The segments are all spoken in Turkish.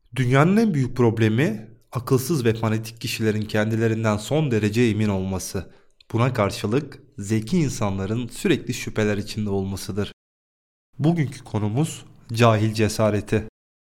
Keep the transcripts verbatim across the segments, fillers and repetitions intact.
Dünyanın en büyük problemi akılsız ve fanatik kişilerin kendilerinden son derece emin olması. Buna karşılık zeki insanların sürekli şüpheler içinde olmasıdır. Bugünkü konumuz cahil cesareti.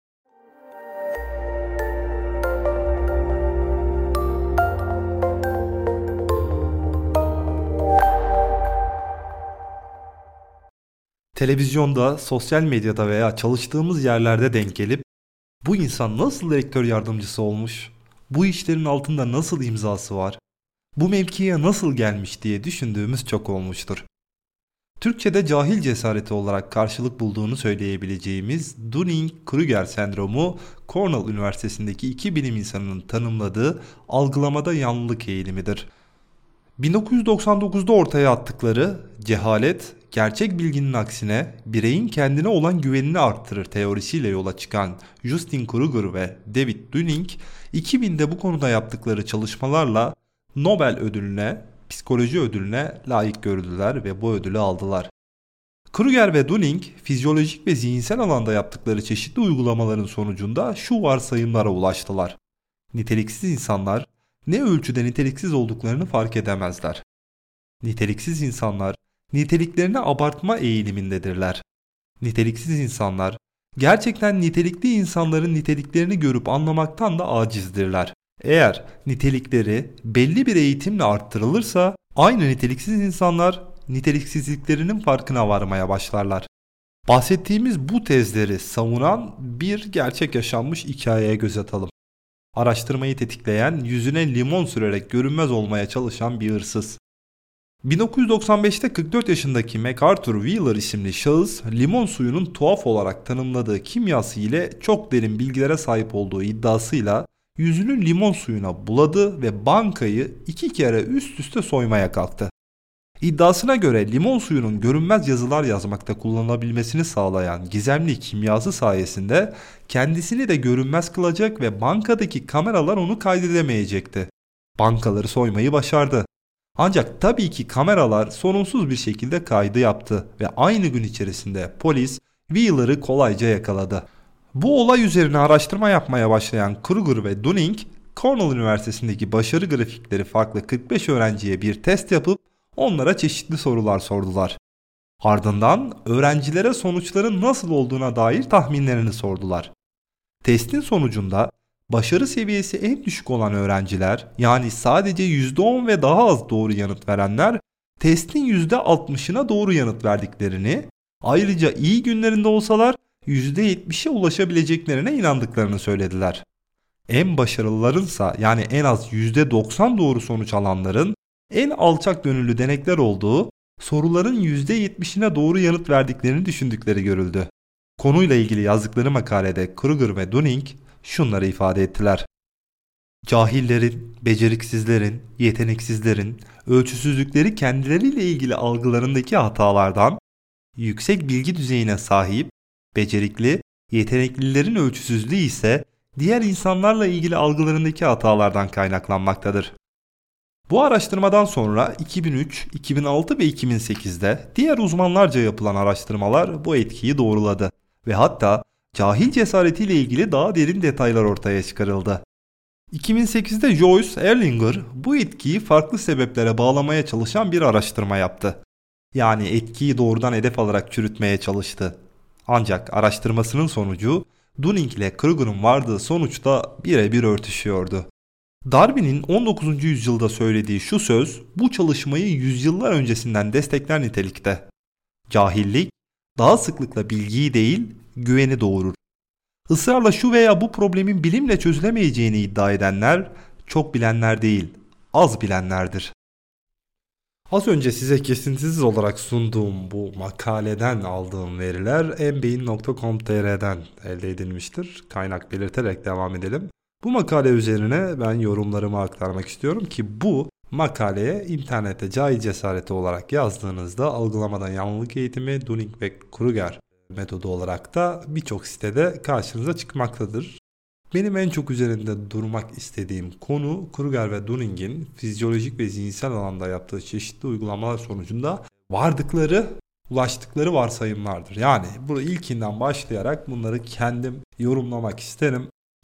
Televizyonda, sosyal medyada veya çalıştığımız yerlerde denk gelip bu insan nasıl rektör yardımcısı olmuş? Bu işlerin altında nasıl imzası var? Bu mevkiye nasıl gelmiş diye düşündüğümüz çok olmuştur. Türkçe'de cahil cesareti olarak karşılık bulduğunu söyleyebileceğimiz Dunning-Kruger sendromu, Cornell Üniversitesi'ndeki iki bilim insanının tanımladığı algılamada yanlılık eğilimidir. bin dokuz yüz doksan dokuzda ortaya attıkları cehalet, gerçek bilginin aksine bireyin kendine olan güvenini arttırır teorisiyle yola çıkan Justin Kruger ve David Dunning, iki binde bu konuda yaptıkları çalışmalarla Nobel ödülüne, psikoloji ödülüne layık görüldüler ve bu ödülü aldılar. Kruger ve Dunning, fizyolojik ve zihinsel alanda yaptıkları çeşitli uygulamaların sonucunda şu varsayımlara ulaştılar. Niteliksiz insanlar ne ölçüde niteliksiz olduklarını fark edemezler. Niteliksiz insanlar niteliklerini abartma eğilimindedirler. Niteliksiz insanlar gerçekten nitelikli insanların niteliklerini görüp anlamaktan da acizdirler. Eğer nitelikleri belli bir eğitimle arttırılırsa aynı niteliksiz insanlar niteliksizliklerinin farkına varmaya başlarlar. Bahsettiğimiz bu tezleri savunan bir gerçek yaşanmış hikayeye göz atalım. Araştırmayı tetikleyen, yüzüne limon sürerek görünmez olmaya çalışan bir hırsız. bin dokuz yüz doksan beşte kırk dört yaşındaki MacArthur Wheeler isimli şahıs, limon suyunun tuhaf olarak tanımladığı kimyası ile çok derin bilgilere sahip olduğu iddiasıyla yüzünü limon suyuna buladı ve bankayı iki kere üst üste soymaya kalktı. İddiasına göre limon suyunun görünmez yazılar yazmakta kullanılabilmesini sağlayan gizemli kimyası sayesinde kendisini de görünmez kılacak ve bankadaki kameralar onu kaydedemeyecekti. Bankaları soymayı başardı. Ancak tabii ki kameralar sorunsuz bir şekilde kaydı yaptı ve aynı gün içerisinde polis Wheeler'ı kolayca yakaladı. Bu olay üzerine araştırma yapmaya başlayan Kruger ve Dunning, Cornell Üniversitesi'ndeki başarı grafikleri farklı kırk beş öğrenciye bir test yapıp onlara çeşitli sorular sordular. Ardından öğrencilere sonuçların nasıl olduğuna dair tahminlerini sordular. Testin sonucunda başarı seviyesi en düşük olan öğrenciler, yani sadece yüzde on ve daha az doğru yanıt verenler, testin yüzde altmışına doğru yanıt verdiklerini, ayrıca iyi günlerinde olsalar yüzde yetmişe ulaşabileceklerine inandıklarını söylediler. En başarılılarınsa, yani en az yüzde doksan doğru sonuç alanların en alçak gönüllü denekler olduğu, soruların yüzde yetmişine doğru yanıt verdiklerini düşündükleri görüldü. Konuyla ilgili yazdıkları makalede Kruger ve Dunning şunları ifade ettiler. Cahillerin, beceriksizlerin, yeteneksizlerin ölçüsüzlükleri kendileriyle ilgili algılarındaki hatalardan, yüksek bilgi düzeyine sahip, becerikli, yeteneklilerin ölçüsüzlüğü ise diğer insanlarla ilgili algılarındaki hatalardan kaynaklanmaktadır. Bu araştırmadan sonra iki bin üç, iki bin altı ve iki bin sekizde diğer uzmanlarca yapılan araştırmalar bu etkiyi doğruladı ve hatta cahil cesaretiyle ilgili daha derin detaylar ortaya çıkarıldı. iki bin sekizde Joyce Erlinger bu etkiyi farklı sebeplere bağlamaya çalışan bir araştırma yaptı. Yani etkiyi doğrudan hedef alarak çürütmeye çalıştı. Ancak araştırmasının sonucu Dunning ile Kruger'ın vardığı sonuçta birebir örtüşüyordu. Darwin'in on dokuzuncu yüzyılda söylediği şu söz bu çalışmayı yüzyıllar öncesinden destekler nitelikte. Cahillik daha sıklıkla bilgiyi değil, güveni doğurur. Israrla şu veya bu problemin bilimle çözülemeyeceğini iddia edenler çok bilenler değil, az bilenlerdir. Az önce size kesintisiz olarak sunduğum bu makaleden aldığım veriler en beyin nokta com nokta tr'den elde edilmiştir. Kaynak belirterek devam edelim. Bu makale üzerine ben yorumlarımı aktarmak istiyorum ki bu makaleye internette cahil cesareti olarak yazdığınızda algılamadan yanlılık eğitimi Dunning ve Kruger metodu olarak da birçok sitede karşınıza çıkmaktadır. Benim en çok üzerinde durmak istediğim konu Kruger ve Dunning'in fizyolojik ve zihinsel alanda yaptığı çeşitli uygulamalar sonucunda vardıkları, ulaştıkları varsayımlardır. Yani bu ilkinden başlayarak bunları kendim yorumlamak isterim.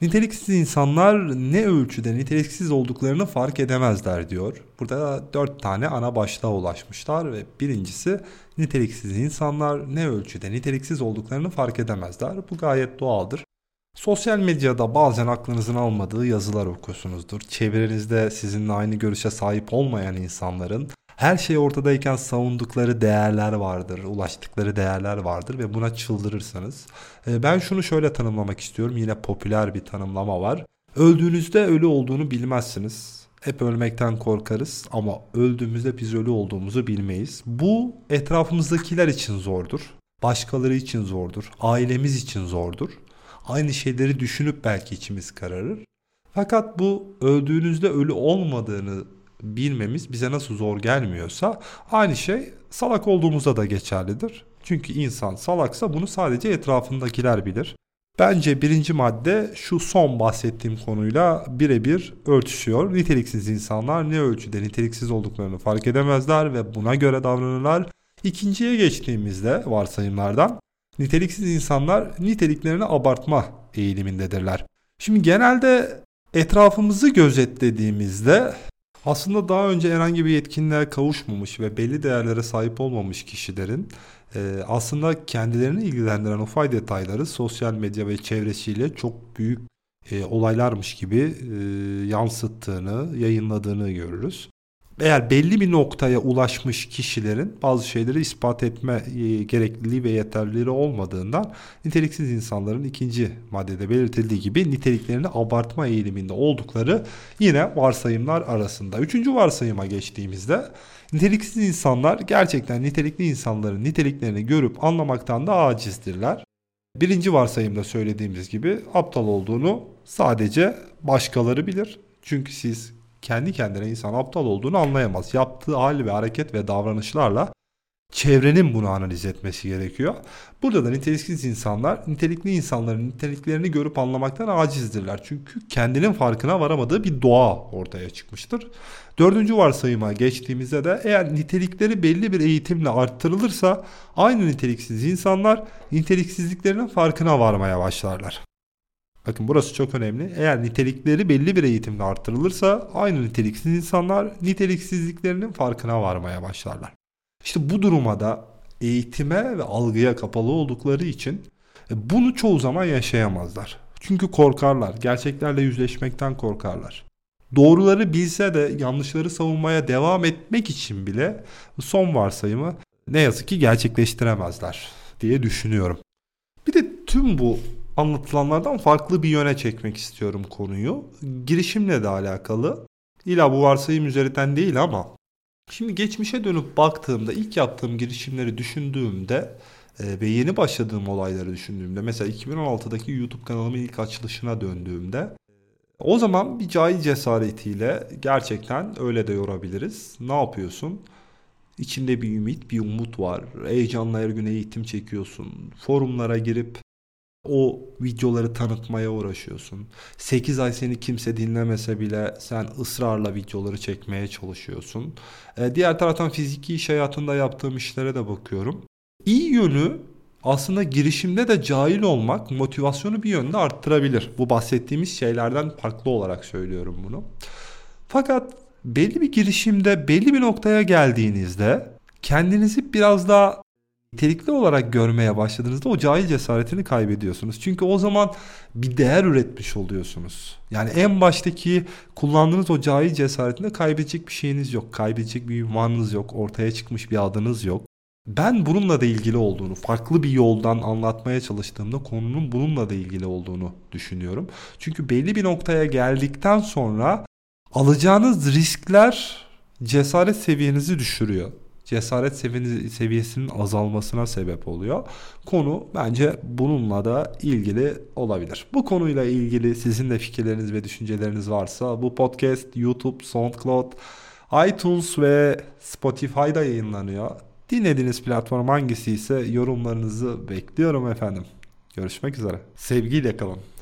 Niteliksiz insanlar ne ölçüde niteliksiz olduklarını fark edemezler diyor. Burada dört tane ana başlığa ulaşmışlar ve birincisi niteliksiz insanlar ne ölçüde niteliksiz olduklarını fark edemezler. Bu gayet doğaldır. Sosyal medyada bazen aklınızın almadığı yazılar okursunuzdur. Çevrenizde sizinle aynı görüşe sahip olmayan insanların her şey ortadayken savundukları değerler vardır, ulaştıkları değerler vardır ve buna çıldırırsınız. Ben şunu şöyle tanımlamak istiyorum, yine popüler bir tanımlama var. Öldüğünüzde ölü olduğunu bilmezsiniz. Hep ölmekten korkarız ama öldüğümüzde biz ölü olduğumuzu bilmeyiz. Bu etrafımızdakiler için zordur, başkaları için zordur, ailemiz için zordur. Aynı şeyleri düşünüp belki içimiz kararır. Fakat bu öldüğünüzde ölü olmadığını bilmemiz bize nasıl zor gelmiyorsa aynı şey salak olduğumuzda da geçerlidir. Çünkü insan salaksa bunu sadece etrafındakiler bilir. Bence birinci madde şu son bahsettiğim konuyla birebir örtüşüyor. Niteliksiz insanlar ne ölçüde niteliksiz olduklarını fark edemezler ve buna göre davranırlar. İkinciye geçtiğimizde varsayımlardan niteliksiz insanlar niteliklerini abartma eğilimindedirler. Şimdi genelde etrafımızı gözetlediğimizde aslında daha önce herhangi bir yetkinliğe kavuşmamış ve belli değerlere sahip olmamış kişilerin e, aslında kendilerini ilgilendiren ufak detayları sosyal medya ve çevresiyle çok büyük e, olaylarmış gibi e, yansıttığını, yayınladığını görürüz. Eğer belli bir noktaya ulaşmış kişilerin bazı şeyleri ispat etme e, gerekliliği ve yeterliliği olmadığından niteliksiz insanların ikinci maddede belirtildiği gibi niteliklerini abartma eğiliminde oldukları yine varsayımlar arasında. Üçüncü varsayıma geçtiğimizde niteliksiz insanlar gerçekten nitelikli insanların niteliklerini görüp anlamaktan da acizdirler. Birinci varsayımda söylediğimiz gibi aptal olduğunu sadece başkaları bilir. Çünkü siz kendi kendine insan aptal olduğunu anlayamaz. Yaptığı hal ve hareket ve davranışlarla çevrenin bunu analiz etmesi gerekiyor. Burada da niteliksiz insanlar nitelikli insanların niteliklerini görüp anlamaktan acizdirler. Çünkü kendinin farkına varamadığı bir doğa ortaya çıkmıştır. Dördüncü varsayıma geçtiğimizde de eğer nitelikleri belli bir eğitimle arttırılırsa aynı niteliksiz insanlar niteliksizliklerinin farkına varmaya başlarlar. Bakın burası çok önemli. Eğer nitelikleri belli bir eğitimle artırılırsa aynı niteliksiz insanlar niteliksizliklerinin farkına varmaya başlarlar. İşte bu duruma da eğitime ve algıya kapalı oldukları için bunu çoğu zaman yaşayamazlar. Çünkü korkarlar. Gerçeklerle yüzleşmekten korkarlar. Doğruları bilse de yanlışları savunmaya devam etmek için bile son varsayımı ne yazık ki gerçekleştiremezler diye düşünüyorum. Bir de tüm bu anlatılanlardan farklı bir yöne çekmek istiyorum konuyu. Girişimle de alakalı. İlla bu varsayım üzerinden değil ama şimdi geçmişe dönüp baktığımda ilk yaptığım girişimleri düşündüğümde e, ve yeni başladığım olayları düşündüğümde mesela iki bin on altıdaki YouTube kanalımın ilk açılışına döndüğümde o zaman bir cahil cesaretiyle gerçekten öyle de yorabiliriz. Ne yapıyorsun? İçinde bir ümit, bir umut var. Heyecanla her gün eğitim çekiyorsun. Forumlara girip o videoları tanıtmaya uğraşıyorsun. sekiz ay seni kimse dinlemese bile sen ısrarla videoları çekmeye çalışıyorsun. Ee, diğer taraftan fiziki iş hayatında yaptığım işlere de bakıyorum. İyi yönü aslında girişimde de cahil olmak motivasyonu bir yönde arttırabilir. Bu bahsettiğimiz şeylerden farklı olarak söylüyorum bunu. Fakat belli bir girişimde belli bir noktaya geldiğinizde kendinizi biraz daha nitelikli olarak görmeye başladığınızda o cahil cesaretini kaybediyorsunuz. Çünkü o zaman bir değer üretmiş oluyorsunuz. Yani en baştaki kullandığınız o cahil cesaretinde kaybedecek bir şeyiniz yok. Kaybedecek bir ünvanınız yok. Ortaya çıkmış bir adınız yok. Ben bununla da ilgili olduğunu, farklı bir yoldan anlatmaya çalıştığımda konunun bununla da ilgili olduğunu düşünüyorum. Çünkü belli bir noktaya geldikten sonra alacağınız riskler cesaret seviyenizi düşürüyor. Cesaret seviyesinin azalmasına sebep oluyor. Konu bence bununla da ilgili olabilir. Bu konuyla ilgili sizin de fikirleriniz ve düşünceleriniz varsa bu podcast YouTube, SoundCloud, iTunes ve Spotify'da yayınlanıyor. Dinlediğiniz platform hangisi ise yorumlarınızı bekliyorum efendim. Görüşmek üzere. Sevgiyle kalın.